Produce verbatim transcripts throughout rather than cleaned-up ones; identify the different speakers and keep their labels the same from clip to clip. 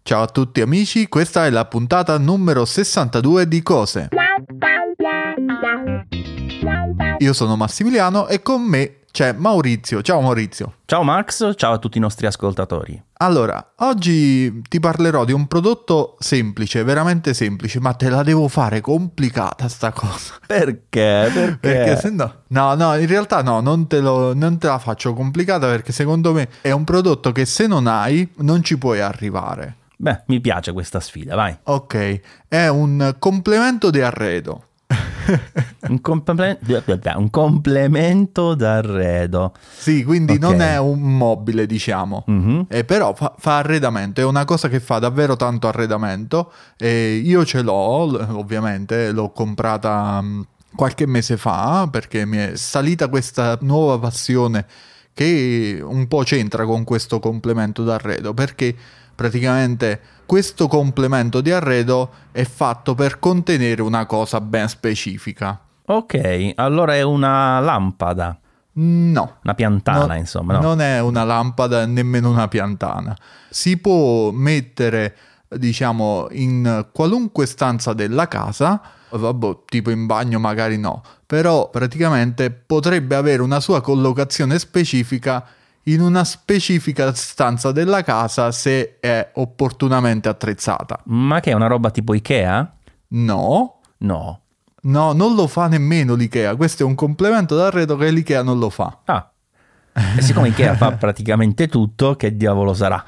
Speaker 1: Ciao a tutti amici, questa è la puntata numero sessantadue di Cose. Io sono Massimiliano e con me c'è Maurizio. Ciao Maurizio.
Speaker 2: Ciao Max, ciao a tutti i nostri ascoltatori.
Speaker 1: Allora, oggi ti parlerò di un prodotto semplice, veramente semplice, ma te la devo fare complicata sta cosa.
Speaker 2: Perché? Perché?
Speaker 1: Perché se no... No, no, in realtà no, non te, lo, non te la faccio complicata perché secondo me è un prodotto che se non hai non ci puoi arrivare.
Speaker 2: Beh, mi piace questa sfida, vai.
Speaker 1: Ok, è un complemento di arredo.
Speaker 2: Un, comple- un complemento d'arredo.
Speaker 1: Sì, quindi
Speaker 2: Ok.
Speaker 1: non è un mobile, diciamo,
Speaker 2: Mhm.
Speaker 1: eh, però fa, fa arredamento, è una cosa che fa davvero tanto arredamento. E io ce l'ho, l- ovviamente, l'ho comprata mh, qualche mese fa perché mi è salita questa nuova passione che un po' c'entra con questo complemento d'arredo, perché praticamente questo complemento di arredo è fatto per contenere una cosa ben specifica.
Speaker 2: Ok, allora è una lampada,
Speaker 1: No.
Speaker 2: una piantana,
Speaker 1: No,
Speaker 2: insomma, no?
Speaker 1: non è una lampada, nemmeno una piantana. Si può mettere, diciamo, in qualunque stanza della casa, vabbè, tipo in bagno magari no, però praticamente potrebbe avere una sua collocazione specifica in una specifica stanza della casa se è opportunamente attrezzata.
Speaker 2: Ma che è una roba tipo Ikea?
Speaker 1: No,
Speaker 2: No.
Speaker 1: no, non lo fa nemmeno l'IKEA. Questo è un complemento d'arredo che l'IKEA non lo fa.
Speaker 2: Ah, e siccome Ikea fa praticamente tutto, che diavolo sarà?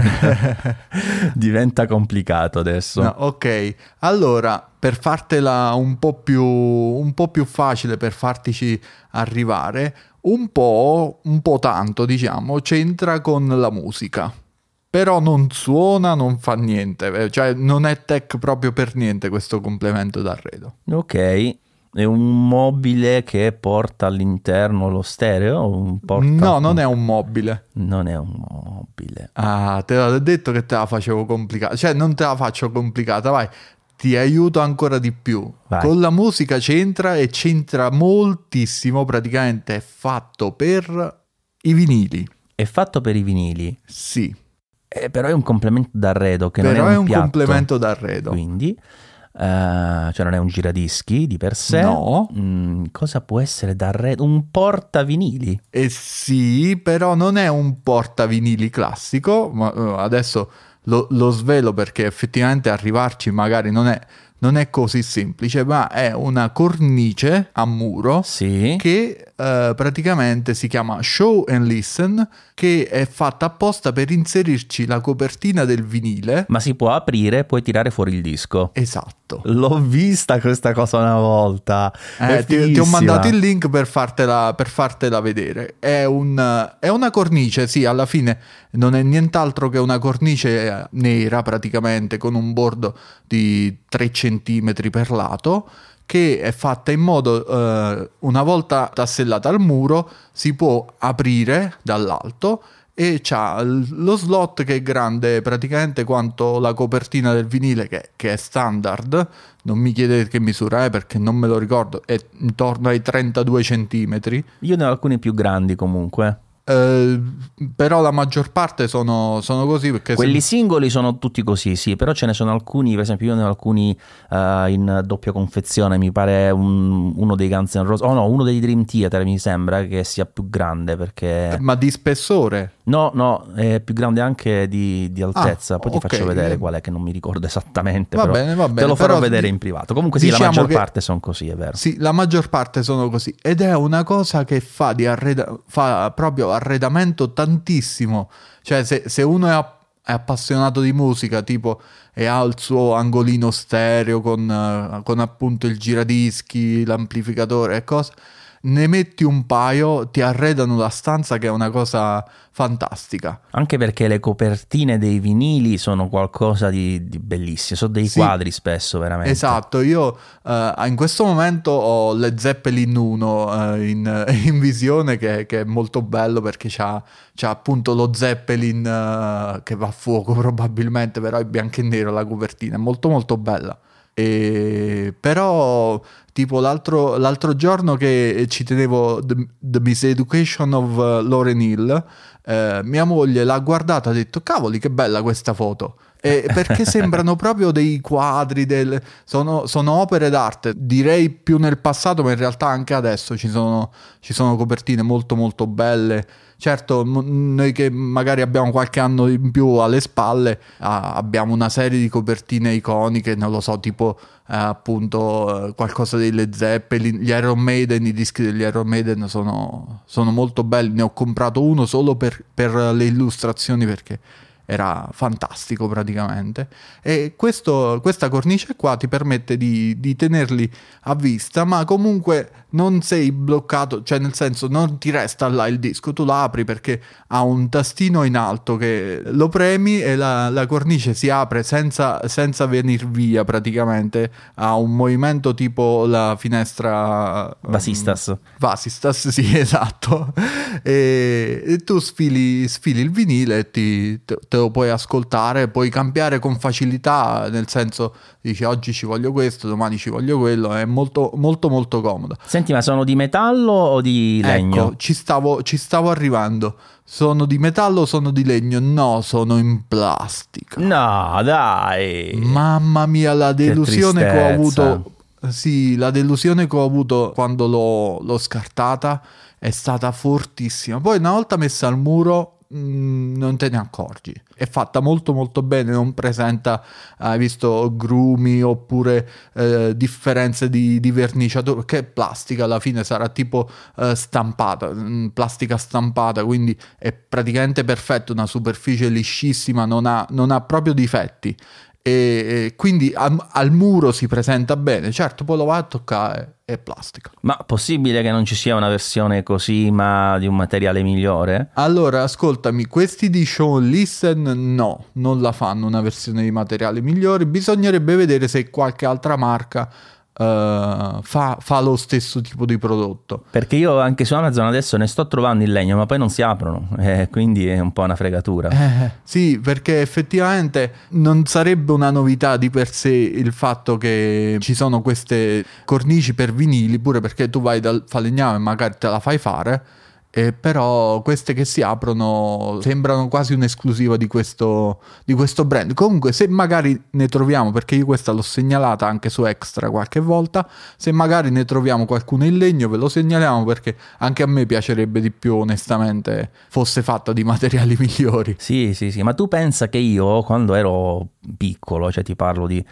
Speaker 2: Diventa complicato adesso.
Speaker 1: No, ok, allora per fartela un po' più, un po' più facile, per fartici arrivare, un po', un po' tanto, diciamo, c'entra con la musica. Però non suona, non fa niente, eh, cioè non è tech proprio per niente questo complemento d'arredo.
Speaker 2: Ok, è un mobile che porta all'interno lo stereo? Un porta...
Speaker 1: No, non è un mobile.
Speaker 2: Non è un mobile.
Speaker 1: Ah, te l'ho detto che te la facevo complicata, cioè non te la faccio complicata, vai, ti aiuto ancora di più.
Speaker 2: Vai.
Speaker 1: Con la musica c'entra e c'entra moltissimo, praticamente è fatto per i vinili.
Speaker 2: È fatto per i vinili,
Speaker 1: Sì,
Speaker 2: eh, però è un complemento d'arredo che
Speaker 1: però
Speaker 2: non è un,
Speaker 1: è un
Speaker 2: piatto,
Speaker 1: complemento d'arredo.
Speaker 2: quindi, eh, cioè non è un giradischi di per sé.
Speaker 1: No.
Speaker 2: Mm, cosa può essere d'arredo? Un portavinili.
Speaker 1: E sì, però non è un portavinili classico, ma eh, adesso lo, lo svelo perché effettivamente arrivarci magari non è, non è così semplice, ma è una cornice a muro
Speaker 2: Sì.
Speaker 1: che eh, praticamente si chiama Show and Listen, che è fatta apposta per inserirci la copertina del vinile.
Speaker 2: Ma si può aprire, puoi tirare fuori il disco.
Speaker 1: Esatto.
Speaker 2: L'ho vista questa cosa una volta. È
Speaker 1: Eh, ti, ti ho
Speaker 2: fighissima.
Speaker 1: mandato il link per fartela, per fartela vedere. È, un, è una cornice, sì, alla fine non è nient'altro che una cornice nera praticamente con un bordo di tre centimetri per lato, che è fatta in modo, eh, una volta tassellata al muro, si può aprire dall'alto e c'ha l- lo slot che è grande praticamente quanto la copertina del vinile, che, che è standard. Non mi chiedete che misura è perché non me lo ricordo, è intorno ai trentadue centimetri.
Speaker 2: Io ne ho alcuni più grandi comunque.
Speaker 1: Eh, però la maggior parte sono, sono così perché
Speaker 2: Quelli
Speaker 1: se-
Speaker 2: singoli sono tutti così, sì, però ce ne sono alcuni, per esempio io ne ho alcuni eh, in doppia confezione, mi pare un- uno dei Guns N' Roses, oh no, uno dei Dream Theater mi sembra che sia più grande perché...
Speaker 1: ma di spessore.
Speaker 2: No, no, è più grande anche di, di altezza,
Speaker 1: Ah,
Speaker 2: poi ti
Speaker 1: ok.
Speaker 2: faccio vedere qual è che non mi ricordo esattamente,
Speaker 1: Va
Speaker 2: però
Speaker 1: bene, va bene,
Speaker 2: te lo farò
Speaker 1: però
Speaker 2: vedere
Speaker 1: di-
Speaker 2: in privato. Comunque sì, la
Speaker 1: diciamo
Speaker 2: maggior
Speaker 1: che-
Speaker 2: parte sono così, è vero.
Speaker 1: Sì, la maggior parte sono così ed è una cosa che fa di arreda- fa proprio arredamento tantissimo. Cioè se, se uno è, app- è appassionato di musica, tipo, e ha il suo angolino stereo con, eh, con appunto il giradischi, l'amplificatore e cose, ne metti un paio, ti arredano la stanza, che è una cosa fantastica.
Speaker 2: Anche perché le copertine dei vinili sono qualcosa di, di bellissimo, sono dei
Speaker 1: Sì.
Speaker 2: quadri spesso, veramente.
Speaker 1: Esatto, io eh, in questo momento ho le Zeppelin uno eh, in, in visione, che, che è molto bello perché c'ha, c'ha appunto lo Zeppelin eh, che va a fuoco probabilmente, però è bianco e nero la copertina, è molto molto bella. E però tipo l'altro, l'altro giorno che ci tenevo The, The Miseducation of uh, Lauryn Hill, eh, mia moglie l'ha guardata e ha detto cavoli che bella questa foto, eh, perché sembrano proprio dei quadri, del... sono, sono opere d'arte, direi più nel passato, ma in realtà anche adesso ci sono, ci sono copertine molto molto belle. Certo, m- noi che magari abbiamo qualche anno in più alle spalle, ah, abbiamo una serie di copertine iconiche, non lo so, tipo eh, appunto eh, qualcosa dei Led Zeppelin, gli Iron Maiden, i dischi degli Iron Maiden sono, sono molto belli. Ne ho comprato uno solo per, per le illustrazioni, perché era fantastico praticamente. E questo, questa cornice qua ti permette di, di tenerli a vista, ma comunque non sei bloccato, cioè nel senso non ti resta là il disco, tu la apri perché ha un tastino in alto che lo premi e la, la cornice si apre senza, senza venir via praticamente, ha un movimento tipo la finestra
Speaker 2: Vasistas.
Speaker 1: um, Vasistas, sì, esatto. E, e tu sfili, sfili il vinile e ti, te, te lo puoi ascoltare, puoi cambiare con facilità, nel senso dici oggi ci voglio questo, domani ci voglio quello, è molto molto molto comodo.
Speaker 2: Senti, ma sono di metallo o di legno?
Speaker 1: Ecco, ci stavo, ci stavo arrivando. Sono di metallo o sono di legno? No, sono in plastica.
Speaker 2: No, dai.
Speaker 1: Mamma mia, la delusione che, che ho
Speaker 2: tristezza.
Speaker 1: avuto. Sì, la delusione che ho avuto quando l'ho, l'ho scartata è stata fortissima. Poi una volta messa al muro mh, non te ne accorgi. È fatta molto molto bene, non presenta, hai visto, grumi oppure eh, differenze di, di verniciatura, che è plastica, alla fine sarà tipo eh, stampata, mh, plastica stampata, quindi è praticamente perfetta, una superficie liscissima, non ha, non ha proprio difetti. E, e quindi al, al muro si presenta bene. Certo, poi lo va a toccare, è plastica.
Speaker 2: Ma possibile che non ci sia una versione così, ma di un materiale migliore?
Speaker 1: Allora, ascoltami, questi di Show Listen no, non la fanno una versione di materiali migliori. Bisognerebbe vedere se qualche altra marca Uh, fa, fa lo stesso tipo di prodotto,
Speaker 2: perché io anche su Amazon adesso ne sto trovando in legno, ma poi non si aprono, eh, quindi è un po' una fregatura.
Speaker 1: Eh, sì, perché effettivamente non sarebbe una novità di per sé il fatto che ci sono queste cornici per vinili, pure perché tu vai dal falegname e magari te la fai fare. Eh, però queste che si aprono sembrano quasi un'esclusiva di questo, di questo brand. Comunque, se magari ne troviamo, perché io questa l'ho segnalata anche su Extra qualche volta, se magari ne troviamo qualcuno in legno ve lo segnaliamo, perché anche a me piacerebbe di più, onestamente, fosse fatta di materiali migliori.
Speaker 2: Sì, sì, sì, ma tu pensa che io quando ero piccolo, cioè ti parlo di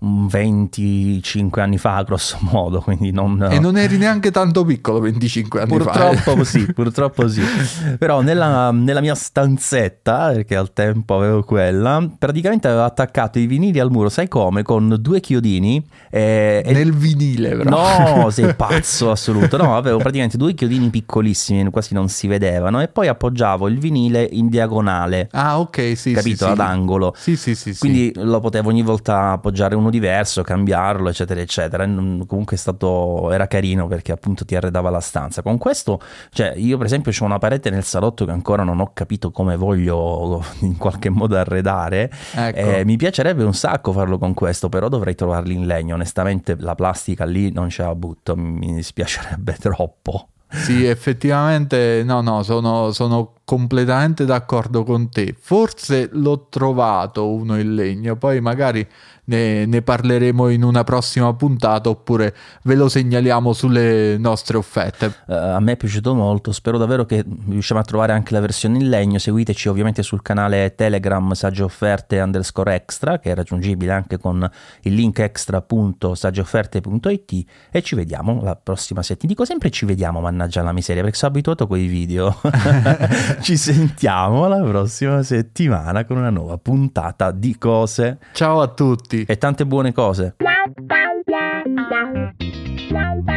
Speaker 2: venticinque anni fa grosso modo, quindi non...
Speaker 1: E non eri neanche tanto piccolo venticinque anni
Speaker 2: purtroppo
Speaker 1: fa.
Speaker 2: Purtroppo sì, purtroppo sì. Però nella, nella mia stanzetta, perché al tempo avevo quella, praticamente avevo attaccato i vinili al muro, sai come? Con due chiodini. E,
Speaker 1: Nel vinile, però.
Speaker 2: No, sei pazzo assoluto. No, avevo praticamente due chiodini piccolissimi, quasi non si vedevano, e poi appoggiavo il vinile in diagonale.
Speaker 1: Ah, ok, sì,
Speaker 2: capito?
Speaker 1: Sì,
Speaker 2: Ad
Speaker 1: sì.
Speaker 2: angolo.
Speaker 1: Sì, sì, sì.
Speaker 2: Quindi
Speaker 1: sì.
Speaker 2: lo potevo ogni volta appoggiare uno diverso, cambiarlo, eccetera, eccetera. Comunque è stato, era carino perché appunto ti arredava la stanza. Con questo, cioè, io per esempio c'ho una parete nel salotto che ancora non ho capito come voglio in qualche modo arredare.
Speaker 1: Ecco.
Speaker 2: Eh, mi piacerebbe un sacco farlo con questo, però dovrei trovarli in legno. Onestamente la plastica lì non ce la butto, mi dispiacerebbe troppo.
Speaker 1: Sì, effettivamente, no, no, sono, sono completamente d'accordo con te. Forse l'ho trovato uno in legno, poi magari ne, ne parleremo in una prossima puntata, oppure ve lo segnaliamo sulle nostre offerte.
Speaker 2: Uh, a me è piaciuto molto, spero davvero che riusciamo a trovare anche la versione in legno. Seguiteci ovviamente sul canale Telegram Saggiofferte underscore extra, che è raggiungibile anche con il link extra punto saggiofferte punto it, e ci vediamo la prossima settimana. Dico sempre ci vediamo, mannaggia la miseria, perché sono abituato con i video. Ci sentiamo la prossima settimana con una nuova puntata di cose.
Speaker 1: Ciao a tutti
Speaker 2: E tante buone cose.
Speaker 3: Wow, wow, wow, wow. Wow, wow.